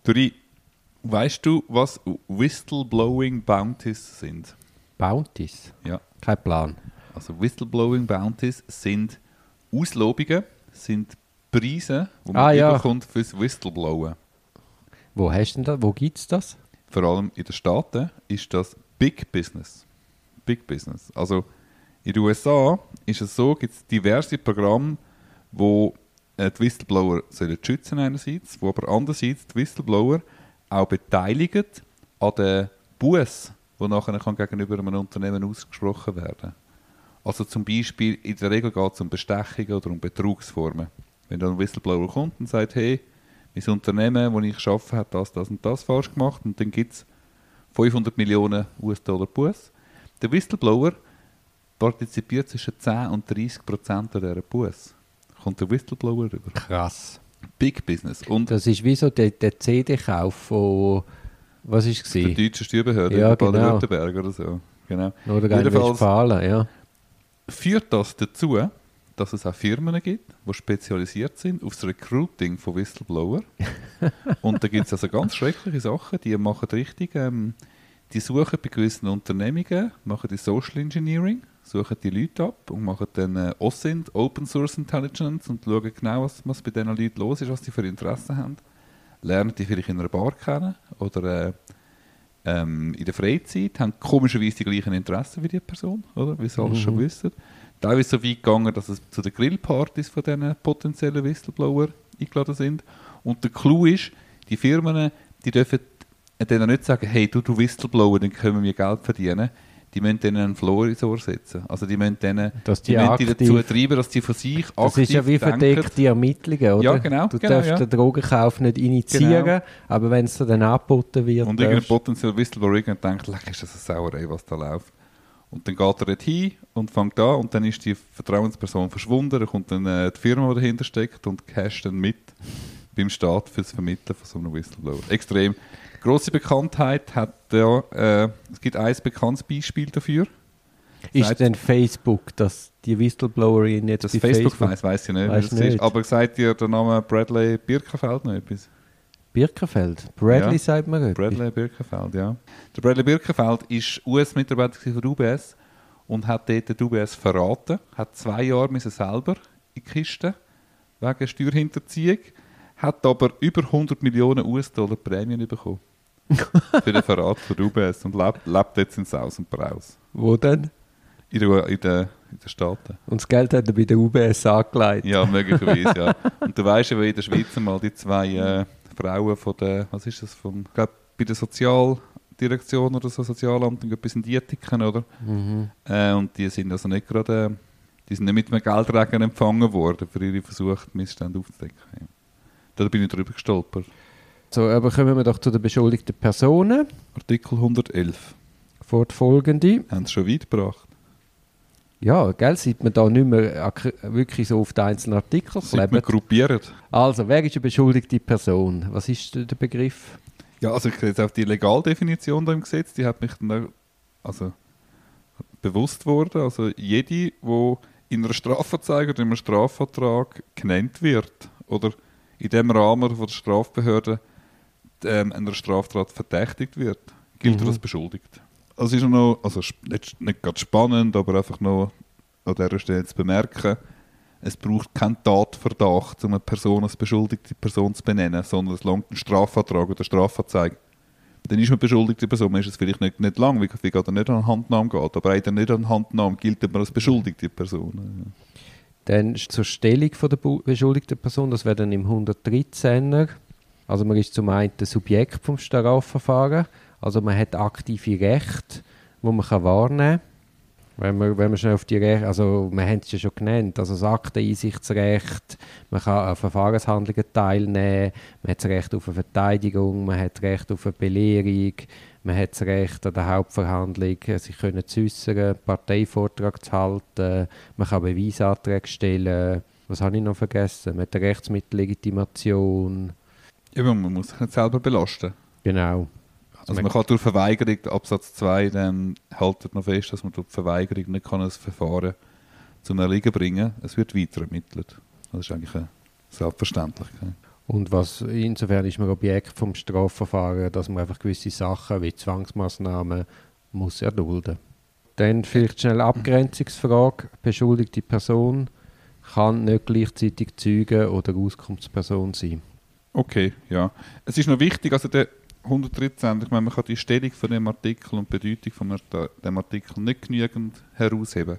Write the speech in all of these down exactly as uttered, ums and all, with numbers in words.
Dori, weißt du, was Whistleblowing Bounties sind? Bounties? Ja. Kein Plan. Also Whistleblowing Bounties sind Auslobungen, sind Preise, die man ah, ja. bekommt fürs Whistleblowen. Wo hast du denn das? Wo gibt es das? Vor allem in den Staaten ist das Big Business. Big Business. Also in den U S A ist es so, gibt es diverse Programme, wo die Whistleblower sollen schützen einerseits, wo aber andererseits die Whistleblower auch beteiligen an den Buß, die nachher kann gegenüber einem Unternehmen ausgesprochen werden. Also zum Beispiel, in der Regel geht es um Bestechungen oder um Betrugsformen. Wenn dann ein Whistleblower kommt und sagt, hey, mein Unternehmen, das ich arbeite, hat das, das und das falsch gemacht, und dann gibt es fünfhundert Millionen U S-Dollar Buß. Der Whistleblower partizipiert zwischen zehn und dreißig Prozent an dieser Buß. Kommt der Whistleblower rüber. Krass. Big Business. Und das ist wie so der, der C D-Kauf von, was war es? der deutschen Steuerbehörde ja, in genau. Baden-Württemberg oder so. Genau. Oder in Westfalen, ja. Führt das dazu, dass es auch Firmen gibt, die spezialisiert sind auf das Recruiting von Whistleblower. Und da gibt es also ganz schreckliche Sachen, die machen richtig, ähm, die suchen bei gewissen Unternehmungen, machen die Social Engineering, suchen die Leute ab und machen dann äh, O S I N T, Open Source Intelligence, und schauen genau, was, was bei diesen Leuten los ist, was die für Interessen haben. Lernen die vielleicht in einer Bar kennen oder äh, ähm, in der Freizeit, haben komischerweise die gleichen Interessen wie die Person, oder? Wie sie alles Mhm. schon wissen. Teilweise so weit gegangen, dass es zu den Grillpartys von diesen potenziellen Whistleblower eingeladen sind. Und der Clou ist, die Firmen, die dürfen denen nicht sagen, hey, du, du Whistleblower, dann können wir Geld verdienen. Die müssen denen einen Floor ins Ohr setzen. Also die müssen denen Dass die die müssen die aktiv- dazu treiben, dass die von sich aktiv Das ist ja wie denken. verdeckte Ermittlungen, oder? Ja, genau, Du genau, darfst ja. den Drogenkauf nicht initiieren, Genau. aber wenn es dir dann angeboten wird, Und irgendein darfst- potenzieller Whistleblower und denkt, leck, ist das eine Sauerei, was da läuft. Und dann geht er dort hin und fängt an, und dann ist die Vertrauensperson verschwunden, dann kommt dann äh, die Firma, die dahinter steckt, und casht dann mit beim Staat für das Vermitteln von so einem Whistleblower. Extrem. Grosse Bekanntheit hat ja, äh, es gibt ein bekanntes Beispiel dafür. ist Sagt- denn Facebook, dass die Whistleblowerin jetzt Das bei Facebook Facebook... weiss, weiss ich nicht, Weiss wie das nicht. ist. Aber sagt dir der Name Bradley Birkenfeld noch etwas? Birkenfeld. Bradley Ja. sagt man etwas. Bradley Birkenfeld, ja. Der Bradley Birkenfeld war U S-Mitarbeiter von der U B S und hat dort die U B S verraten, hat zwei Jahre müssen selber in die Kiste wegen Steuerhinterziehung, hat aber über hundert Millionen U S-Dollar Prämien bekommen für den Verrat von der U B S und lebt, lebt jetzt in Saus und Braus. Wo denn? In den in der, in der Staaten. Und das Geld hat er bei der U B S angelegt. Ja, möglicherweise, ja. Und du weißt ja, wie in der Schweiz mal die zwei äh, Frauen von der, was ist das, vom, ich glaube, bei der Sozialdirektion oder so, Sozialamt, etwas in die Ethiken, oder? Mhm. Äh, und die sind also nicht gerade, äh, die sind nicht mit einem Geldregen empfangen worden, für ihre Versuche, die Missstände aufzudecken. Ja. Da bin ich drüber gestolpert. So, aber kommen wir doch zu den beschuldigten Personen. Artikel hundertelf. Fortfolgende. Haben sie schon weit gebracht. Ja, gell, sieht man da nicht mehr ak- wirklich so auf den einzelnen Artikel Sind wir kleben. gruppiert. Also, wer ist eine beschuldigte Person? Was ist der der Begriff? Ja, also ich sehe jetzt auf die Legaldefinition da im Gesetz, die hat mich dann auch, also bewusst worden. Also jede, die in einer Strafanzeige oder in einem Strafvertrag genannt wird oder in dem Rahmen von der Strafbehörde ähm, einer Straftat verdächtigt wird, gilt Mhm. er als beschuldigt. Also ist noch, also nicht, nicht gerade spannend, aber einfach noch an dieser Stelle zu bemerken, es braucht keinen Tatverdacht, um eine Person als beschuldigte Person zu benennen, sondern es langt ein Strafvertrag oder Strafanzeige. Dann ist man beschuldigte Person, man ist es vielleicht nicht, nicht lang, wie, wie gerade nicht an Handnahme geht, aber auch nicht an Handnahme gilt man als beschuldigte Person. Dann zur Stellung von der bu- beschuldigten Person, das wäre dann im hundertdreizehner. Also man ist zum einen das Subjekt vom Strafverfahren, also man hat aktive Rechte, die man kann wahrnehmen kann. Wenn man, wenn man schnell auf die Rechte, also wir haben es ja schon genannt, also das Akteneinsichtsrecht, man kann an Verfahrenshandlungen teilnehmen, man hat das Recht auf eine Verteidigung, man hat das Recht auf eine Belehrung, man hat das Recht an der Hauptverhandlung, sich können zu äußern, einen Parteivortrag zu halten, man kann Beweisanträge stellen, was habe ich noch vergessen, man hat eine Rechtsmittellegitimation. Eben, man muss sich nicht selber belasten. Genau. Also man kann durch Verweigerung, Absatz zwei, dann haltet noch fest, dass man durch Verweigerung nicht kann ein Verfahren zum Erliegen bringen kann. Es wird weiter ermittelt. Das ist eigentlich eine Selbstverständlichkeit. Und was, insofern ist man Objekt vom Strafverfahren, dass man einfach gewisse Sachen wie Zwangsmaßnahmen muss erdulden. Dann vielleicht schnell Abgrenzungsfrage. Beschuldigte Person kann nicht gleichzeitig Zeuge oder Auskunftsperson sein. Okay, ja. Es ist noch wichtig, also der hundertdreizehn, ich meine, man kann die Stellung von dem Artikel und die Bedeutung von dem Artikel nicht genügend herausheben.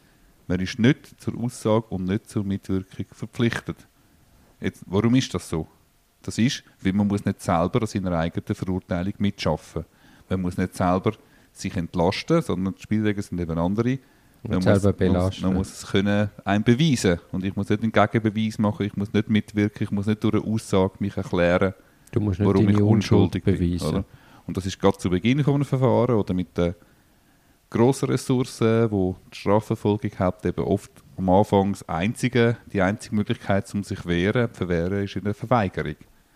Man ist nicht zur Aussage und nicht zur Mitwirkung verpflichtet. Jetzt, warum ist das so? Das ist, weil man muss nicht selber an seiner eigenen Verurteilung mitschaffen. Man muss nicht selber sich entlasten, sondern die Spielregeln sind eben andere. Man, selber muss, belasten. man muss es können einem beweisen. Und ich muss nicht einen Gegenbeweis machen, ich muss nicht mitwirken, ich muss nicht durch eine Aussage mich erklären, du musst nicht warum ich Unschuld unschuldig bin. beweisen. Oder? Und das ist gerade zu Beginn von einem Verfahren oder mit den grossen Ressourcen, die die Strafverfolgung hat, eben oft am Anfang das einzige, die einzige Möglichkeit, um sich zu wehren, zu verwehren, ist in der Verweigerung.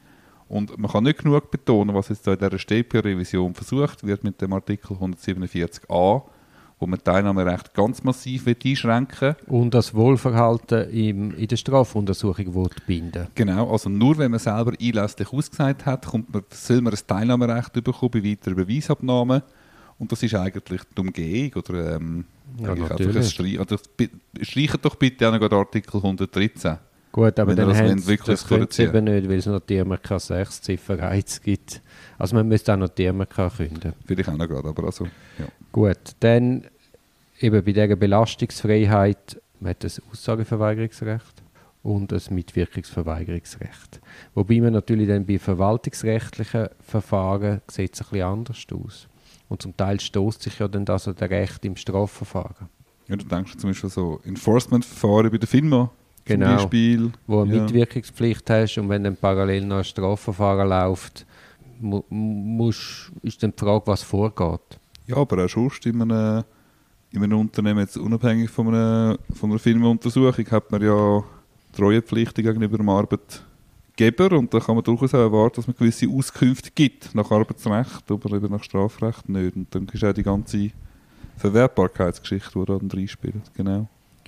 Und man kann nicht genug betonen, was jetzt da in dieser S T P O-Revision versucht wird mit dem Artikel hundertsiebenundvierzig a, wo man Teilnahmerecht ganz massiv einschränken will. Und das Wohlverhalten im, in der Strafuntersuchung will binden. Genau, also nur wenn man selber einlässlich ausgesagt hat, kommt man, soll man ein Teilnahmerecht bekommen bei weiteren Beweisabnahmen. Und das ist eigentlich die Umgehung. Oder, ähm, ja, natürlich. Streich, oder, streichen doch bitte auch noch den Artikel hundertdreizehn. Gut, aber wenn dann das, haben wenn sie, wirklich das können sie eben nicht, weil es notieren wir keine sechs Ziffer eins gibt. Also man müsste auch notieren wir keine künden. Vielleicht auch noch gerade, aber also, ja. Gut, dann eben bei dieser Belastungsfreiheit, man hat ein Aussageverweigerungsrecht und ein Mitwirkungsverweigerungsrecht. Wobei man natürlich dann bei verwaltungsrechtlichen Verfahren sieht es ein bisschen anders aus. Und zum Teil stößt sich ja dann das an das Recht im Strafverfahren. Ja, du denkst zum Beispiel so Enforcement-Verfahren bei der FINMA. Genau, zum Beispiel. Wo du eine Ja. Mitwirkungspflicht hast und wenn dann parallel noch ein Strafverfahren läuft, mu- musst, ist dann die Frage, was vorgeht. Ja, aber auch sonst in einem, in einem Unternehmen, jetzt unabhängig von einer, von einer Firmenuntersuchung, hat man ja Treuepflichten gegenüber dem Arbeitgeber und da kann man durchaus auch erwarten, dass man gewisse Auskünfte gibt, nach Arbeitsrecht, aber eben nach Strafrecht nicht. Und dann ist auch die ganze Verwertbarkeitsgeschichte, die da dann reinspielt. Genau.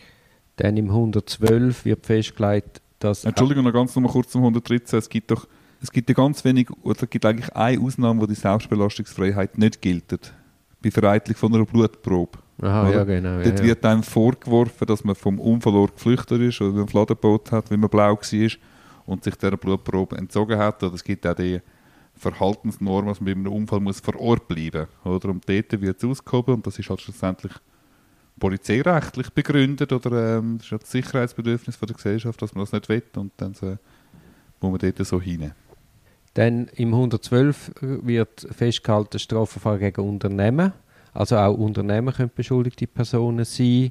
Dann im hundertzwölf wird festgelegt, dass... Entschuldigung, noch ganz noch mal kurz zum hundertdreizehn. Es gibt doch es gibt ja ganz wenig, oder es gibt eigentlich eine Ausnahme, wo die Selbstbelastungsfreiheit nicht gilt. Bei Vereitelung von einer Blutprobe. Aha, oder? ja genau. Dort ja, wird einem vorgeworfen, dass man vom Unfallort geflüchtet ist oder ein Fladenboot hat, weil man blau war und sich dieser Blutprobe entzogen hat. Oder es gibt auch die Verhaltensnorm, dass man bei einem Unfall muss vor Ort bleiben muss. Oder? Und dort wird es ausgehoben und das ist halt schlussendlich polizeirechtlich begründet oder ähm, das ist ja das Sicherheitsbedürfnis von der Gesellschaft, dass man das nicht will und dann so, muss man dort so hinein. Dann im hundertzwölf wird festgehalten, Strafverfahren gegen Unternehmen. Also auch Unternehmen können beschuldigte Personen sein.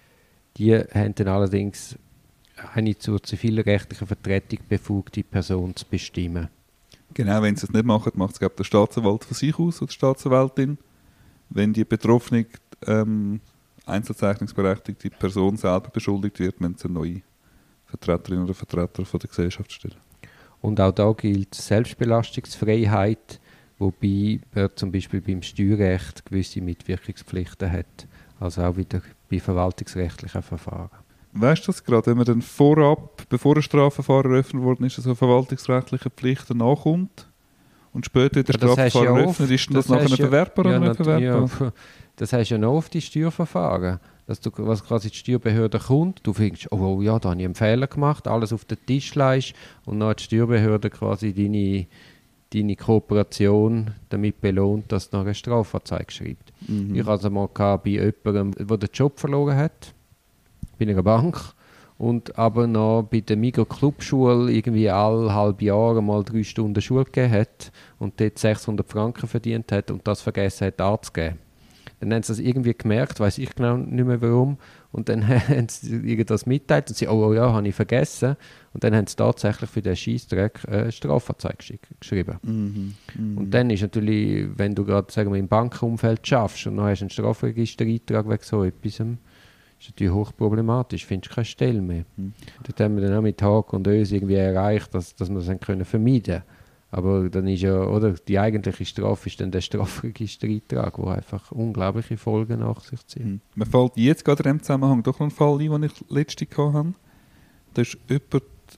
Die haben dann allerdings eine zur zivilrechtlichen Vertretung befugte Person zu bestimmen. Genau, wenn sie es nicht machen, macht es glaube ich, der Staatsanwalt von sich aus oder die Staatsanwältin. Wenn die betroffene ähm, einzelzeichnungsberechtigte Person selber beschuldigt wird, müssen sie eine neue Vertreterin oder Vertreter von der Gesellschaft stellen. Und auch da gilt Selbstbelastungsfreiheit, wobei man zum Beispiel beim Steuerrecht gewisse Mitwirkungspflichten hat. Also auch wieder bei verwaltungsrechtlichen Verfahren. Weißt du das gerade, wenn man dann vorab, bevor ein Strafverfahren eröffnet worden ist, also verwaltungsrechtliche Pflichten nachkommt und später das Ja, das hast Strafverfahren ja eröffnet, oft. ist denn das, Das nachher hast ein ja- Verwerber ja, oder nicht nat- Verwerber? ja, das hast du ja noch oft in Steuerverfahren. Dass du, was quasi die Steuerbehörde kommt, du findest, oh, oh ja, da habe ich einen Fehler gemacht, alles auf den Tisch legst und dann hat die Steuerbehörde quasi deine, deine Kooperation damit belohnt, dass du noch eine Strafanzeige schreibt. Mhm. Ich hatte also mal gehabt bei jemandem, der den Job verloren hat, bei einer Bank, und aber noch bei der Migros-Clubschule irgendwie alle halbe Jahre mal drei Stunden Schule gegeben hat und dort sechshundert Franken verdient hat und das vergessen hat anzugeben. Dann haben sie das irgendwie gemerkt, weiß ich genau nicht mehr warum, und dann haben sie irgendwas mitteilt und sie, oh, oh ja, habe ich vergessen, und dann haben sie tatsächlich für den Scheissdreck eine Strafanzeige gesch- geschrieben. Mhm. Mhm. Und dann ist natürlich, wenn du gerade, sagen wir, im Bankenumfeld schaffst und dann hast du einen Strafregistereintrag wegen so etwas, ist natürlich hochproblematisch, findest keine Stelle mehr. Mhm. Dort haben wir dann auch mit Haag und Ös irgendwie erreicht, dass, dass wir das dann können vermeiden können. Aber dann ist ja, oder, die eigentliche Strafe ist dann der Strafregistereintrag, der einfach unglaubliche Folgen nach sich zieht. Mhm. Mir fällt jetzt gerade in diesem Zusammenhang doch noch ein Fall ein, den ich letztens hatte. Da ist jemand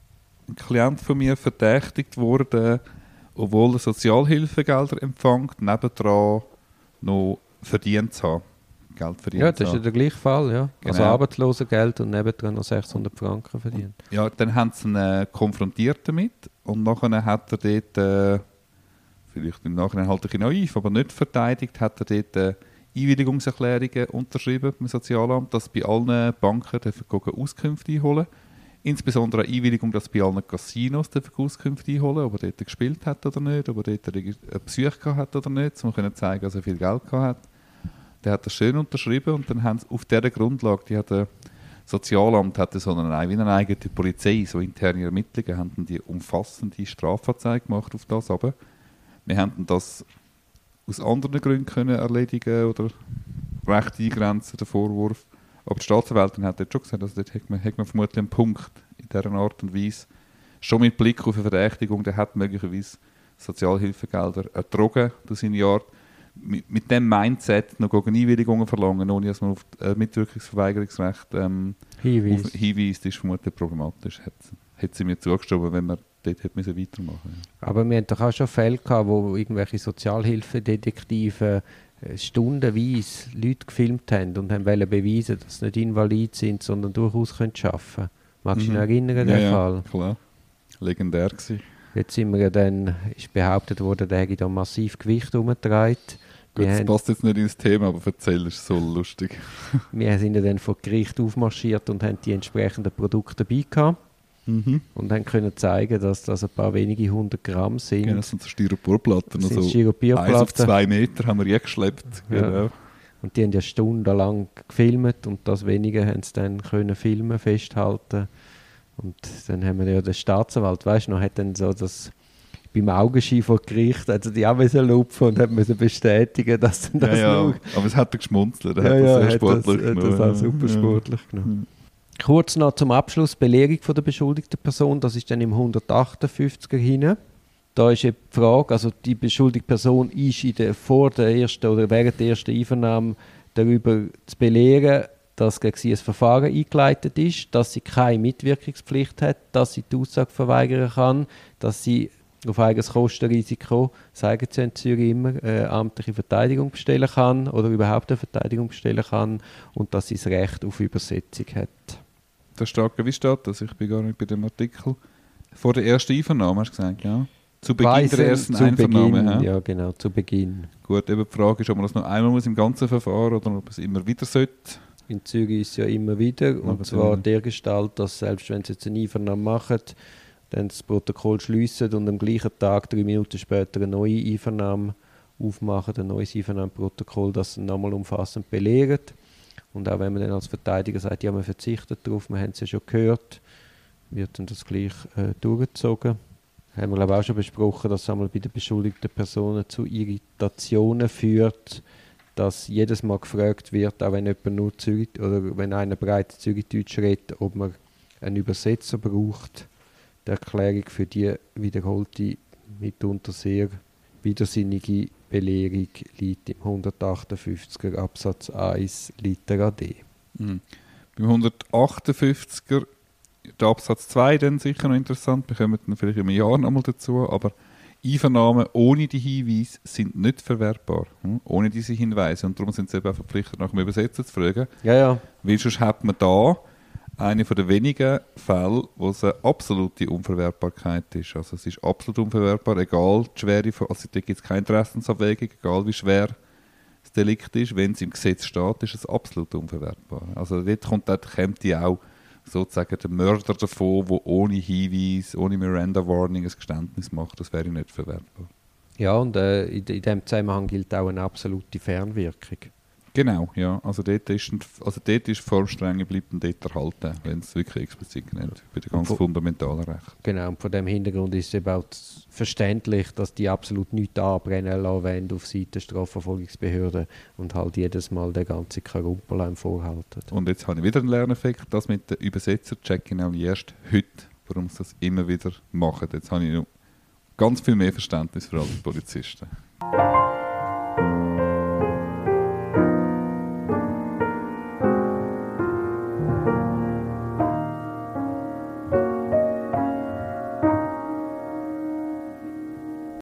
ein Klient von mir verdächtigt worden, obwohl er Sozialhilfegelder empfängt, nebendran noch verdient zu haben. Geld verdient Ja, das ist zu ja der gleiche Fall, ja. Genau. Also Arbeitslosengeld und nebendran noch sechshundert Franken verdient. Ja, dann haben sie ihn äh, konfrontiert damit und nachher hat er dort, äh, vielleicht im Nachhinein halt ein bisschen naiv, aber nicht verteidigt, hat er dort äh, Einwilligungserklärungen unterschrieben beim Sozialamt, dass bei allen Banken dürfen Auskünfte einholen. Insbesondere eine Einwilligung, dass bei allen Casinos dürfen Auskünfte einholen, ob er dort gespielt hat oder nicht, ob er dort eine Besuch gehabt hat oder nicht, um zu zeigen, dass er viel Geld gehabt hat. Der hat das schön unterschrieben und dann haben sie auf dieser Grundlage, die hat das Sozialamt hatte so eine, wie eine eigene Polizei, so interne Ermittlungen, haben die umfassende Strafanzeige gemacht auf das. Aber wir haben das aus anderen Gründen können erledigen oder recht eingrenzen, den Vorwurf. Aber die Staatsanwältin hat dort schon gesagt, also dort hat man, hat man vermutlich einen Punkt in dieser Art und Weise. Schon mit Blick auf eine Verdächtigung, der hat möglicherweise Sozialhilfegelder ertrogen durch seine Art. Mit, mit dem Mindset noch gegen Einwilligungen verlangen, ohne dass man auf das äh, Mitwirkungsverweigerungsrecht ähm, Hinweis. auf, hinweist, ist vermutlich problematisch. Hätte, hätte sie mir zugestimmt, wenn wir dort hätte müssen weitermachen müssen. Ja. Aber wir hatten doch auch schon Fälle gehabt, wo irgendwelche Sozialhilfedetektive äh, stundenweise Leute gefilmt haben und haben wollen beweisen, dass sie nicht invalid sind, sondern durchaus arbeiten können. Magst du dich Mhm. noch erinnern, Ja, den ja, Fall? klar. Legendär gewesen. Jetzt sind wir ja dann, ist behauptet worden, der hätte da massiv Gewicht umgetragen. Gut, Wir das haben- passt jetzt nicht ins Thema, aber erzähl, ist so lustig. Wir sind ja dann vor Gericht aufmarschiert und haben die entsprechenden Produkte dabei gehabt Mhm. und haben können zeigen, dass das ein paar wenige hundert Gramm sind. Genau, das sind so Styroporplatten. Das sind Also Styroporplatten. eins auf zwei Meter haben wir je geschleppt. Ja. Genau. Und die haben ja stundenlang gefilmt und das wenige haben sie dann können filmen, festhalten. Und dann haben wir ja den Staatsanwalt, weißt du noch, hat dann so das beim Augenschein vor Gericht, also die auch müssen lupfen und hat müssen bestätigen, dass dann Ja, das ja. nur... Aber es hat er geschmunzelt. Er Ja, hat das ja, sehr hat sportlich das, hat genommen. das auch Ja. super Ja. sportlich genommen. Kurz noch zum Abschluss, Belehrung von der beschuldigten Person, das ist dann im hundertachtundfünfziger hinein. Da ist eben die Frage, also die beschuldigte Person ist in der, vor der ersten oder während der ersten Einvernahme darüber zu belehren, dass gegen sie ein Verfahren eingeleitet ist, dass sie keine Mitwirkungspflicht hat, dass sie die Aussage verweigern kann, dass sie auf eigenes Kostenrisiko, sagen sie in Zürich immer, äh, amtliche Verteidigung bestellen kann oder überhaupt eine Verteidigung bestellen kann und dass sie das Recht auf Übersetzung hat. Das steht, wie steht das? Ich bin gar nicht bei dem Artikel. Vor der ersten Einvernahme hast du gesagt, ja? Zu Beginn Weissen, der ersten zu Einvernahme. Beginn, ja? ja genau, zu Beginn. Gut, eben die Frage ist, ob man das noch einmal muss im ganzen Verfahren oder ob es immer wieder sollte. In Zürich ist es ja immer wieder, und Aber zwar Zürich. der Gestalt, dass selbst wenn sie jetzt eine Einvernahme machen, dann das Protokoll schliessen und am gleichen Tag, drei Minuten später, eine neue Einvernahme aufmachen, ein neues Einvernahmeprotokoll, das sie nochmal umfassend belehren. Und auch wenn man dann als Verteidiger sagt, ja, man verzichtet darauf, wir haben es ja schon gehört, wird dann das gleich äh, durchgezogen. Haben wir glaube ich auch schon besprochen, dass es einmal bei den beschuldigten Personen zu Irritationen führt, dass jedes Mal gefragt wird, auch wenn jemand nur Zürich oder wenn einer bereits Zürichdeutsch redet, ob man einen Übersetzer braucht. Die Erklärung für die wiederholte, mitunter sehr widersinnige Belehrung liegt im hundertachtundfünfziger Absatz eins Litera D. Mhm. Beim hundertachtundfünfziger, der Absatz zwei, dann sicher noch interessant, wir kommen dann vielleicht in einem Jahr nochmal dazu, aber Einvernahmen ohne die Hinweise sind nicht verwertbar, hm? ohne diese Hinweise. Und darum sind sie eben auch verpflichtet, nach dem Übersetzer zu fragen. Ja, ja. Weil sonst hat man da eine von den wenigen Fälle, wo es eine absolute Unverwertbarkeit ist. Also es ist absolut unverwertbar, egal die Schwere, von- also da gibt es keine Interessensabwägung, egal wie schwer das Delikt ist. Wenn es im Gesetz steht, ist es absolut unverwertbar. Also dort kommt, dort kommt die auch sozusagen der Mörder davon, der ohne Hinweis, ohne Miranda-Warning ein Geständnis macht. Das wäre nicht verwertbar. Ja, und äh, in, in diesem Zusammenhang gilt auch eine absolute Fernwirkung. Genau, ja. Also dort ist, ein, also dort ist die Formstrenge bleibt und dort erhalten, wenn es wirklich explizit genannt bei den ganz Und wo- fundamentalen Rechten. Genau, und vor dem Hintergrund ist es eben auch z- verständlich, dass die absolut nichts anbrennen lassen wollen auf Seiten der Strafverfolgungsbehörden und halt jedes Mal den ganzen Karumpel einem vorhalten. Und jetzt habe ich wieder einen Lerneffekt, das mit den Übersetzer checke ich auch erst heute, warum sie das immer wieder machen. Jetzt habe ich noch ganz viel mehr Verständnis für alle Polizisten.